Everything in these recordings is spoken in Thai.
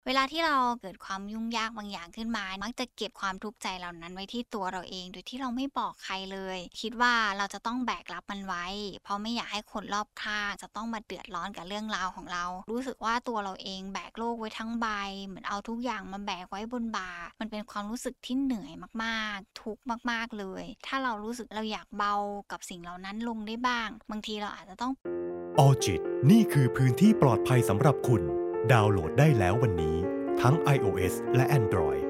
เวลาที่เราเกิดความยุ่งยากบางอย่างขึ้นมามักจะเก็บความทุกข์ใจเหล่านั้นไว้ที่ตัวเราเองโดยที่เราไม่บอกใครเลยคิดว่าเราจะต้องแบกรับมันไว้เพราะไม่อยากให้คนรอบข้างจะต้องมาเดือดร้อนกับเรื่องราวของเรารู้สึกว่าตัวเราเองแบกโลกไว้ทั้งใบเหมือนเอาทุกอย่างมาแบกไว้บนบ่ามันเป็นความรู้สึกที่เหนื่อยมากๆทุกข์มากๆเลยถ้าเรารู้สึกเราอยากเบากับสิ่งเหล่านั้นลงได้บ้างบางทีเราอาจจะต้องออจิตนี่คือพื้นที่ปลอดภัยสำหรับคุณดาวน์โหลดได้แล้ววันนี้ทั้ง iOS และ Android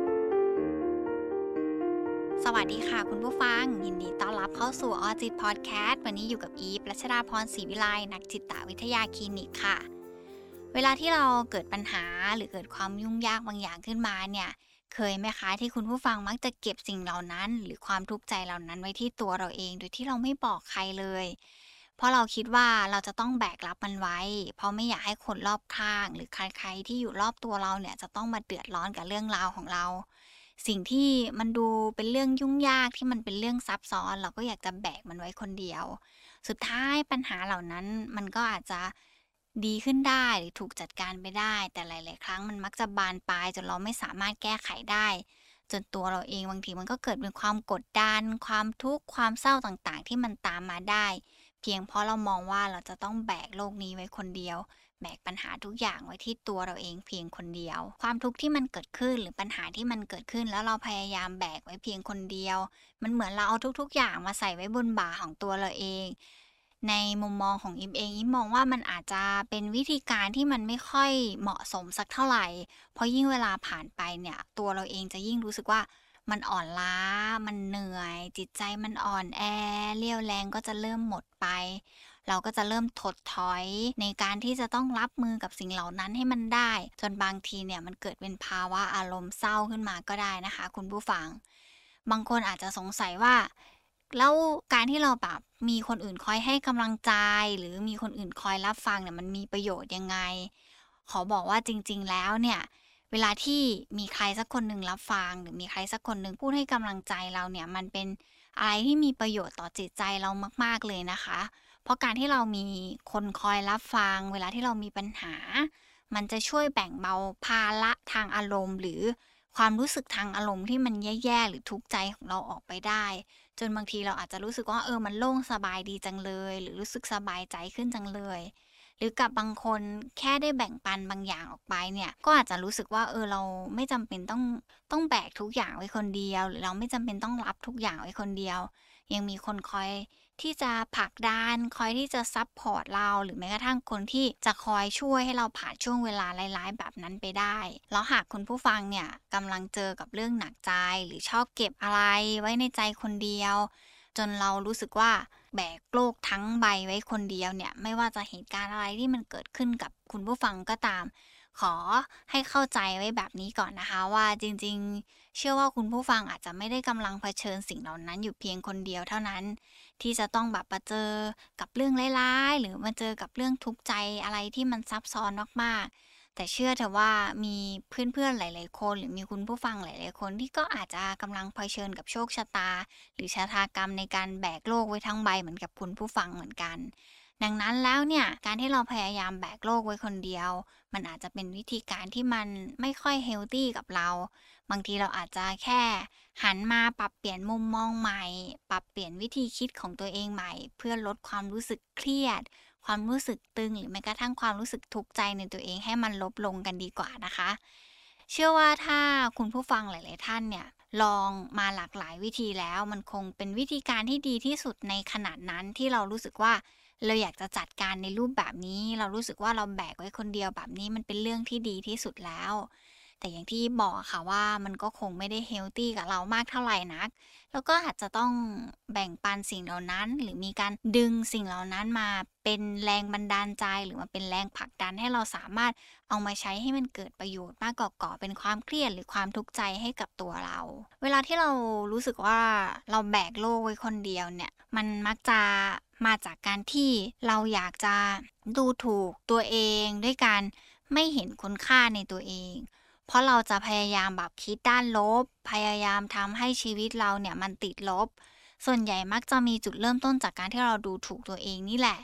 สวัสดีค่ะคุณผู้ฟังยินดีต้อนรับเข้าสู่ออจิตพอดแคสต์วันนี้อยู่กับอีฟรัชดาพรศรีวิไลนักจิตวิทยาคลินิกค่ะเวลาที่เราเกิดปัญหาหรือเกิดความยุ่งยากบางอย่างขึ้นมาเนี่ยเคยไหมคะที่คุณผู้ฟังมักจะเก็บสิ่งเหล่านั้นหรือความทุกข์ใจเหล่านั้นไว้ที่ตัวเราเองโดยที่เราไม่บอกใครเลยเพราะเราคิดว่าเราจะต้องแบกรับมันไว้เพราะไม่อยากให้คนรอบข้างหรือใครๆที่อยู่รอบตัวเราเนี่ยจะต้องมาเดือดร้อนกับเรื่องราวของเรา สิ่งที่มันดูเป็นเรื่องยุ่งยากที่มันเป็นเรื่องซับซ้อนเราก็อยากจะแบกมันไว้คนเดียวสุดท้ายปัญหาเหล่านั้นมันก็อาจจะดีขึ้นได้หรือถูกจัดการไปได้แต่หลายๆครั้งมันมักจะบานปลายจนเราไม่สามารถแก้ไขได้จนตัวเราเองบางทีมันก็เกิดเป็นความกดดันความทุกข์ความเศร้าต่างๆที่มันตามมาได้เพียงเพราะเรามองว่าเราจะต้องแบกโลกนี้ไว้คนเดียว แบกปัญหาทุกอย่างไว้ที่ตัวเราเองเพียงคนเดียวความทุกข์ที่มันเกิดขึ้นหรือปัญหาที่มันเกิดขึ้นแล้วเราพยายามแบกไว้เพียงคนเดียวมันเหมือนเราเอาทุกๆอย่างมาใส่ไว้บนบ่าของตัวเราเองในมุมมองของอิมเองอิมมองว่ามันอาจจะเป็นวิธีการที่มันไม่ค่อยเหมาะสมสักเท่าไหร่เพราะยิ่งเวลาผ่านไปเนี่ยตัวเราเองจะยิ่งรู้สึกว่ามันอ่อนล้ามันเหนื่อยจิตใจมันอ่อนแอเรี่ยวแรงก็จะเริ่มหมดไป เราก็จะเริ่มถดถอยในการที่จะต้องรับมือกับสิ่งเหล่านั้นให้มันได้จนบางทีเนี่ยมันเกิดเป็นภาวะอารมณ์เศร้าขึ้นมาก็ได้นะคะคุณผู้ฟังบางคนอาจจะสงสัยว่าแล้วการที่เราแบบมีคนอื่นคอยให้กำลังใจหรือมีคนอื่นคอยรับฟังเนี่ยมันมีประโยชน์ยังไงขอบอกว่าจริงๆแล้วเนี่ยเวลาที่มีใครสักคนหนึ่งรับฟังหรือมีใครสักคนหนึ่งพูดให้กำลังใจเราเนี่ยมันเป็นอะไรที่มีประโยชน์ต่อจิตใจเรามากๆเลยนะคะ เพราะการที่เรามีคนคอยรับฟังเวลาที่เรามีปัญหา มันจะช่วยแบ่งเบาภาระทางอารมณ์หรือความรู้สึกทางอารมณ์ที่มันแย่ๆหรือทุกข์ใจของเราออกไปได้จนบางทีเราอาจจะรู้สึกว่ามันโล่งสบายดีจังเลยหรือรู้สึกสบายใจขึ้นจังเลยหรือกับบางคนแค่ได้แบ่งปันบางอย่างออกไปเนี่ยก็อาจจะรู้สึกว่าเราไม่จำเป็นต้องแบกทุกอย่างไว้คนเดียวหรือเราไม่จำเป็นต้องรับทุกอย่างไว้คนเดียวยังมีคนคอย ที่จะผลักดันคอยที่จะซัปพอร์ตเราหรือแม้กระทั่งคนที่จะคอยช่วยให้เราผ่านช่วงเวลาร้ายๆแบบนั้นไปได้แล้วหากคุณผู้ฟังเนี่ยกำลังเจอกับเรื่องหนักใจหรือชอบเก็บอะไรไว้ในใจคนเดียวจนเรารู้สึกว่าแบกโลกทั้งใบไว้คนเดียวเนี่ยไม่ว่าจะเหตุการณ์อะไรที่มันเกิดขึ้นกับคุณผู้ฟังก็ตามขอให้เข้าใจไว้แบบนี้ก่อนนะคะว่าจริงๆเชื่อว่าคุณผู้ฟังอาจจะไม่ได้กำลังเผชิญสิ่งเหล่านั้นอยู่เพียงคนเดียวเท่านั้น ที่จะต้องแบบมาเจอกับเรื่องร้ายๆหรือมาเจอกับเรื่องทุกข์ใจอะไรที่มันซับซ้อนมากๆแต่เชื่อเถอะว่ามีเพื่อนๆหลายๆคนหรือมีคุณผู้ฟังหลายๆคนที่ก็อาจจะกำลังเผชิญกับโชคชะตาหรือชะตากรรมในการแบกโลกไว้ทั้งใบเหมือนกับคุณผู้ฟังเหมือนกันดังนั้นแล้วเนี่ยการที่เราพยายามแบกโลกไว้คนเดียวมันอาจจะเป็นวิธีการที่มันไม่ค่อยเฮลทีกับเรา บางทีเราอาจจะแค่หันมาปรับเปลี่ยนมุมมองใหม่ปรับเปลี่ยนวิธีคิดของตัวเองใหม่เพื่อลดความรู้สึกเครียดความรู้สึกตึงหรือแม้กระทั่งความรู้สึกทุกข์ใจในตัวเองให้มันลดลงกันดีกว่านะคะเชื่อว่าถ้าคุณผู้ฟังหลายๆท่านเนี่ยลองมาหลากหลายวิธีแล้วมันคงเป็นวิธีการที่ดีที่สุดในขนาดนั้นที่เรารู้สึกว่าเราอยากจะจัดการในรูปแบบนี้เรารู้สึกว่าเราแบกไว้คนเดียวแบบนี้มันเป็นเรื่องที่ดีที่สุดแล้ว แต่อย่างที่บอกอะค่ะว่ามันก็คงไม่ได้เฮลทีกับเรามากเท่าไรนักแล้วก็อาจจะต้องแบ่งปันสิ่งเหล่านั้นหรือมีการดึงสิ่งเหล่านั้นมาเป็นแรงบันดาลใจหรือมาเป็นแรงผลักดันให้เราสามารถเอามาใช้ให้มันเกิดประโยชน์มากกว่าก่อเป็นความเครียดหรือความทุกข์ใจให้กับตัวเราเวลาที่เรารู้สึกว่าเราแบกโลกไว้คนเดียวเนี่ยมันมักจะมาจากการที่เราอยากจะดูถูกตัวเองด้วยการไม่เห็นคุณค่าในตัวเอง เพราะเราจะพยายามแบบคิดด้านลบพยายามทำให้ชีวิตเราเนี่ยมันติดลบส่วนใหญ่มักจะมีจุดเริ่มต้นจากการที่เราดูถูกตัวเองนี่แหละ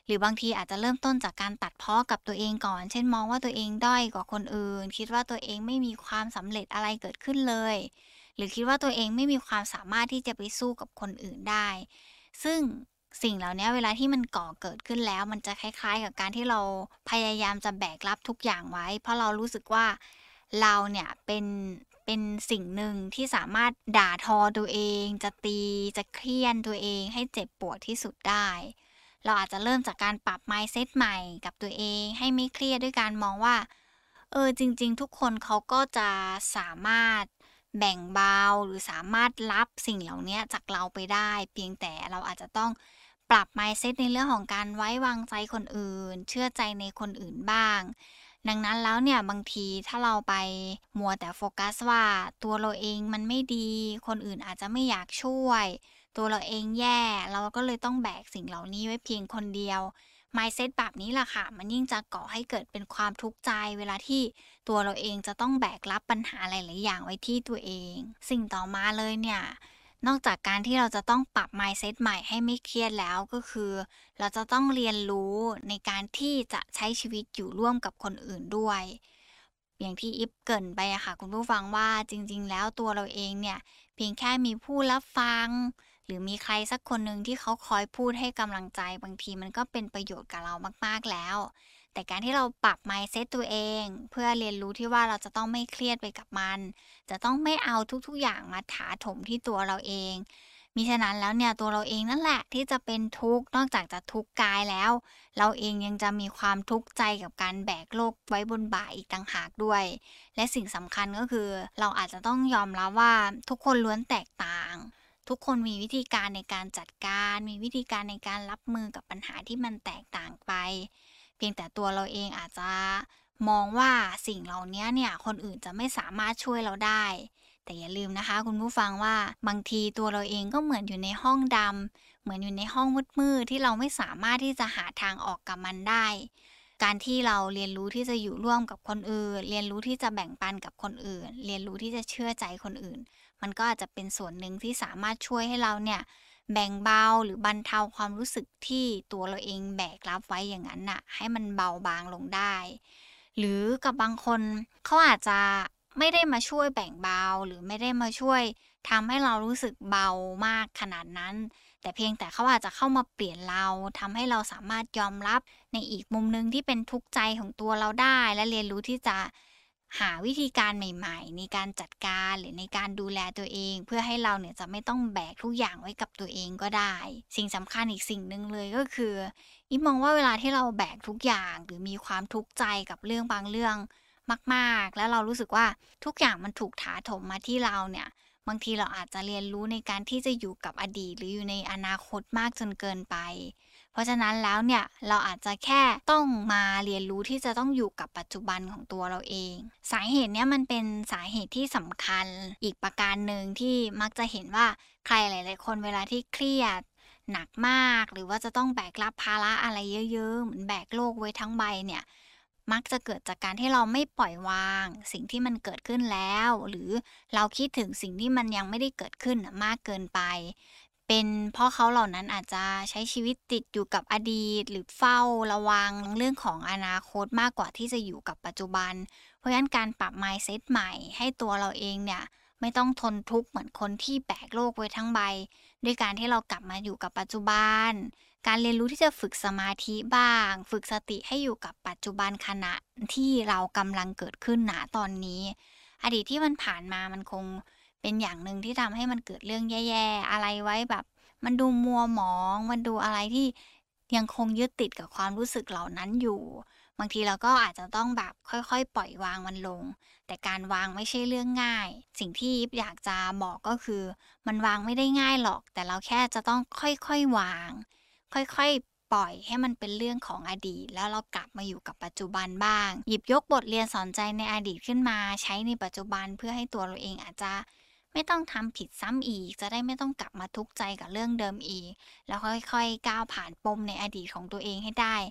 หรือบางทีอาจจะเริ่มต้นจากการตัดพ้อกับตัวเองก่อนเช่นมองว่าตัวเองด้อยกว่าคนอื่นคิดว่าตัวเองไม่มีความสำเร็จอะไรเกิดขึ้นเลยหรือคิดว่าตัวเองไม่มีความสามารถที่จะไปสู้กับคนอื่นได้ซึ่งสิ่งเหล่านี้เวลาที่มันก่อเกิดขึ้นแล้วมันจะคล้ายๆกับการที่เราพยายามจะแบกรับทุกอย่างไว้เพราะเรารู้สึกว่าเราเนี่ยเป็นสิ่งหนึ่งที่สามารถด่าทอตัวเองจะตีจะเฆี่ยนตัวเองให้เจ็บปวดที่สุดได้เราอาจจะเริ่มจากการปรับ mindset ใหม่กับตัวเองให้ไม่เครียดด้วยการมองว่าจริงๆทุกคนเขาก็จะสามารถแบ่งเบาหรือสามารถรับสิ่งเหล่านี้จากเราไปได้เพียงแต่เราอาจจะต้องปรับ mindset ในเรื่องของการไว้วางใจคนอื่นเชื่อใจในคนอื่นบ้างดังนั้นแล้วเนี่ยบางทีถ้าเราไปมัวแต่โฟกัสว่าตัวเราเองมันไม่ดีคนอื่นอาจจะไม่อยากช่วยตัวเราเองแย่เราก็เลยต้องแบกสิ่งเหล่านี้ไว้เพียงคนเดียว mindset แบบนี้แหละค่ะมันยิ่งจะก่อให้เกิดเป็นความทุกข์ใจเวลาที่ตัวเราเองจะต้องแบกรับปัญหาหลายๆอย่างไว้ที่ตัวเองสิ่งต่อมาเลยเนี่ยนอกจากการที่เราจะต้องปรับ mindset ใหม่ให้ไม่เครียดแล้วก็คือเราจะต้องเรียนรู้ในการที่จะใช้ชีวิตอยู่ร่วมกับคนอื่นด้วยอย่างที่อิฟเกริ่นไปอะค่ะคุณผู้ฟังว่าจริงๆแล้วตัวเราเองเนี่ยเพียงแค่มีผู้รับฟังหรือมีใครสักคนหนึ่งที่เขาคอยพูดให้กำลังใจบางทีมันก็เป็นประโยชน์กับเรามากๆแล้วแต่การที่เราปรับ mindset ตัวเองเพื่อเรียนรู้ที่ว่าเราจะต้องไม่เครียดไปกับมันจะต้องไม่เอาทุกๆอย่างมาถาโถมที่ตัวเราเองมิฉะนั้นแล้วเนี่ยตัวเราเองนั่นแหละที่จะเป็นทุกข์นอกจากจะทุกข์กายแล้วเราเองยังจะมีความทุกข์ใจกับการแบกโลกไว้บนบ่าอีกต่างหากด้วยและสิ่งสำคัญก็คือเราอาจจะต้องยอมรับว่าทุกคนล้วนแตกต่างทุกคนมีวิธีการในการจัดการมีวิธีการในการรับมือกับปัญหาที่มันแตกต่างไปเพียงแต่ตัวเราเองอาจจะมองว่าสิ่งเหล่านี้เนี่ยคนอื่นจะไม่สามารถช่วยเราได้แต่อย่าลืมนะคะคุณผู้ฟังว่าบางทีตัวเราเองก็เหมือนอยู่ในห้องดำเหมือนอยู่ในห้องมืดๆที่เราไม่สามารถที่จะหาทางออกกับมันได้การที่เราเรียนรู้ที่จะอยู่ร่วมกับคนอื่นเรียนรู้ที่จะแบ่งปันกับคนอื่นเรียนรู้ที่จะเชื่อใจคนอื่นมันก็อาจจะเป็นส่วนหนึ่งที่สามารถช่วยให้เราเนี่ยแบ่งเบาหรือบรรเทาความรู้สึกที่ตัวเราเองแบกรับไว้อย่างนั้นน่ะให้มันเบาบางลงได้หรือกับบางคนเขาอาจจะไม่ได้มาช่วยแบ่งเบาหรือไม่ได้มาช่วยทำให้เรารู้สึกเบามากขนาดนั้นแต่เพียงแต่เขาอาจจะเข้ามาเปลี่ยนเราทำให้เราสามารถยอมรับในอีกมุมหนึ่งที่เป็นทุกข์ใจของตัวเราได้และเรียนรู้ที่จะหาวิธีการใหม่ๆในการจัดการหรือในการดูแลตัวเองเพื่อให้เราเนี่ยจะไม่ต้องแบกทุกอย่างไว้กับตัวเองก็ได้สิ่งสำคัญอีกสิ่งหนึ่งเลยก็คืออิมองว่าเวลาที่เราแบกทุกอย่างหรือมีความทุกข์ใจกับเรื่องบางเรื่องมากๆแล้วเรารู้สึกว่าทุกอย่างมันถูกถาโถมมาที่เราเนี่ยบางทีเราอาจจะเรียนรู้ในการที่จะอยู่กับอดีตหรืออยู่ในอนาคตมากจนเกินไปเพราะฉะนั้นแล้วเนี่ยเราอาจจะแค่ต้องมาเรียนรู้ที่จะต้องอยู่กับปัจจุบันของตัวเราเองสาเหตุเนี้ยมันเป็นสาเหตุที่สำคัญอีกประการหนึ่งที่มักจะเห็นว่าใครหลายๆคนเวลาที่เครียดหนักมากหรือว่าจะต้องแบกรับภาระอะไรเยอะๆเหมือนแบกโลกไว้ทั้งใบเนี่ยมักจะเกิดจากการที่เราไม่ปล่อยวางสิ่งที่มันเกิดขึ้นแล้วหรือเราคิดถึงสิ่งที่มันยังไม่ได้เกิดขึ้นมากเกินไปเป็นเพราะเขาเหล่านั้นอาจจะใช้ชีวิตติดอยู่กับอดีตหรือเฝ้าระวังเรื่องของอนาคตมากกว่าที่จะอยู่กับปัจจุบันเพราะฉะนั้นการปรับ mindset ใหม่ให้ตัวเราเองเนี่ยไม่ต้องทนทุกข์เหมือนคนที่แบกโลกไว้ทั้งใบด้วยการที่เรากลับมาอยู่กับปัจจุบันการเรียนรู้ที่จะฝึกสมาธิบ้างฝึกสติให้อยู่กับปัจจุบันขณะที่เรากำลังเกิดขึ้นณตอนนี้อดีตที่มันผ่านมามันคงเป็นอย่างหนึ่งที่ทำให้มันเกิดเรื่องแย่ๆอะไรไว้แบบมันดูมัวหมองมันดูอะไรที่ยังคงยึดติดกับความรู้สึกเหล่านั้นอยู่บางทีเราก็อาจจะต้องแบบค่อยๆปล่อยวางมันลงแต่การวางไม่ใช่เรื่องง่ายสิ่งที่อยากจะบอกก็คือมันวางไม่ได้ง่ายหรอกแต่เราแค่จะต้องค่อยๆวางค่อยๆปล่อยให้มันเป็นเรื่องของอดีตแล้วเรากลับมาอยู่กับปัจจุบันบ้างหยิบยกบทเรียนสอนใจในอดีตขึ้นมาใช้ในปัจจุบันเพื่อให้ตัวเราเองอาจจะไม่ต้องทำผิดซ้ำอีกจะได้ไม่ต้องกลับมาทุกข์ใจกับเรื่องเดิมอีกแล้วค่อยๆก้าวผ่านปมในอดีตของตัวเองให้ได้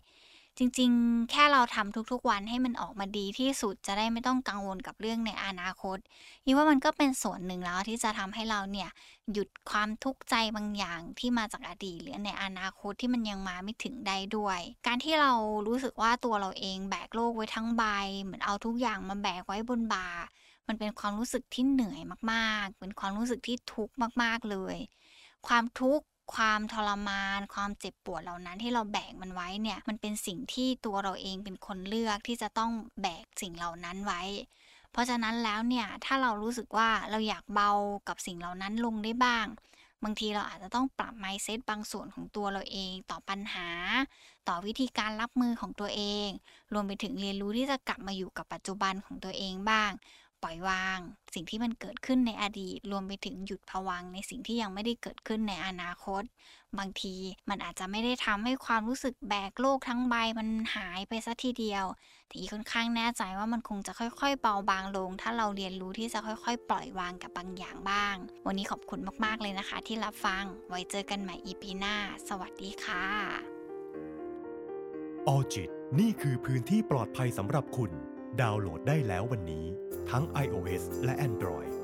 จริงๆแค่เราทำทุกๆวันให้มันออกมาดีที่สุดจะได้ไม่ต้องกังวลกับเรื่องในอนาคตอีว่ามันก็เป็นส่วนหนึ่งแล้วที่จะทำให้เราเนี่ยหยุดความทุกข์ใจบางอย่างที่มาจากอดีตหรือในอนาคตที่มันยังมาไม่ถึงได้ด้วยการที่เรารู้สึกว่าตัวเราเองแบกโลกไว้ทั้งใบเหมือนเอาทุกอย่างมาแบกไว้บนบ่ามันเป็นความรู้สึกที่เหนื่อยมากๆเป็นความรู้สึกที่ทุกข์มากๆเลยความทุกข์ความทรมานความเจ็บปวดเหล่านั้นที่เราแบกมันไว้เนี่ยมันเป็นสิ่งที่ตัวเราเองเป็นคนเลือกที่จะต้องแบกสิ่งเหล่านั้นไว้เพราะฉะนั้นแล้วเนี่ยถ้าเรารู้สึกว่าเราอยากเบากับสิ่งเหล่านั้นลงได้บ้างบางทีเราอาจจะต้องปรับ mindset บางส่วนของตัวเราเองต่อปัญหาต่อวิธีการรับมือของตัวเองรวมไปถึงเรียนรู้ที่จะกลับมาอยู่กับปัจจุบันของตัวเองบ้างปล่อยวางสิ่งที่มันเกิดขึ้นในอดีตรวมไปถึงหยุดภวังค์ในสิ่งที่ยังไม่ได้เกิดขึ้นในอนาคตบางทีมันอาจจะไม่ได้ทำให้ความรู้สึกแบกโลกทั้งใบมันหายไปซะทีเดียวแต่อีค่อนข้างแน่ใจว่ามันคงจะค่อยๆเบาบางลงถ้าเราเรียนรู้ที่จะค่อยๆปล่อยวางกับบางอย่างบ้างวันนี้ขอบคุณมากๆเลยนะคะที่รับฟังไว้เจอกันใหม่ EP หน้าสวัสดีค่ะออจิตนี่คือพื้นที่ปลอดภัยสำหรับคุณดาวน์โหลดได้แล้ววันนี้ทั้ง iOS และ Android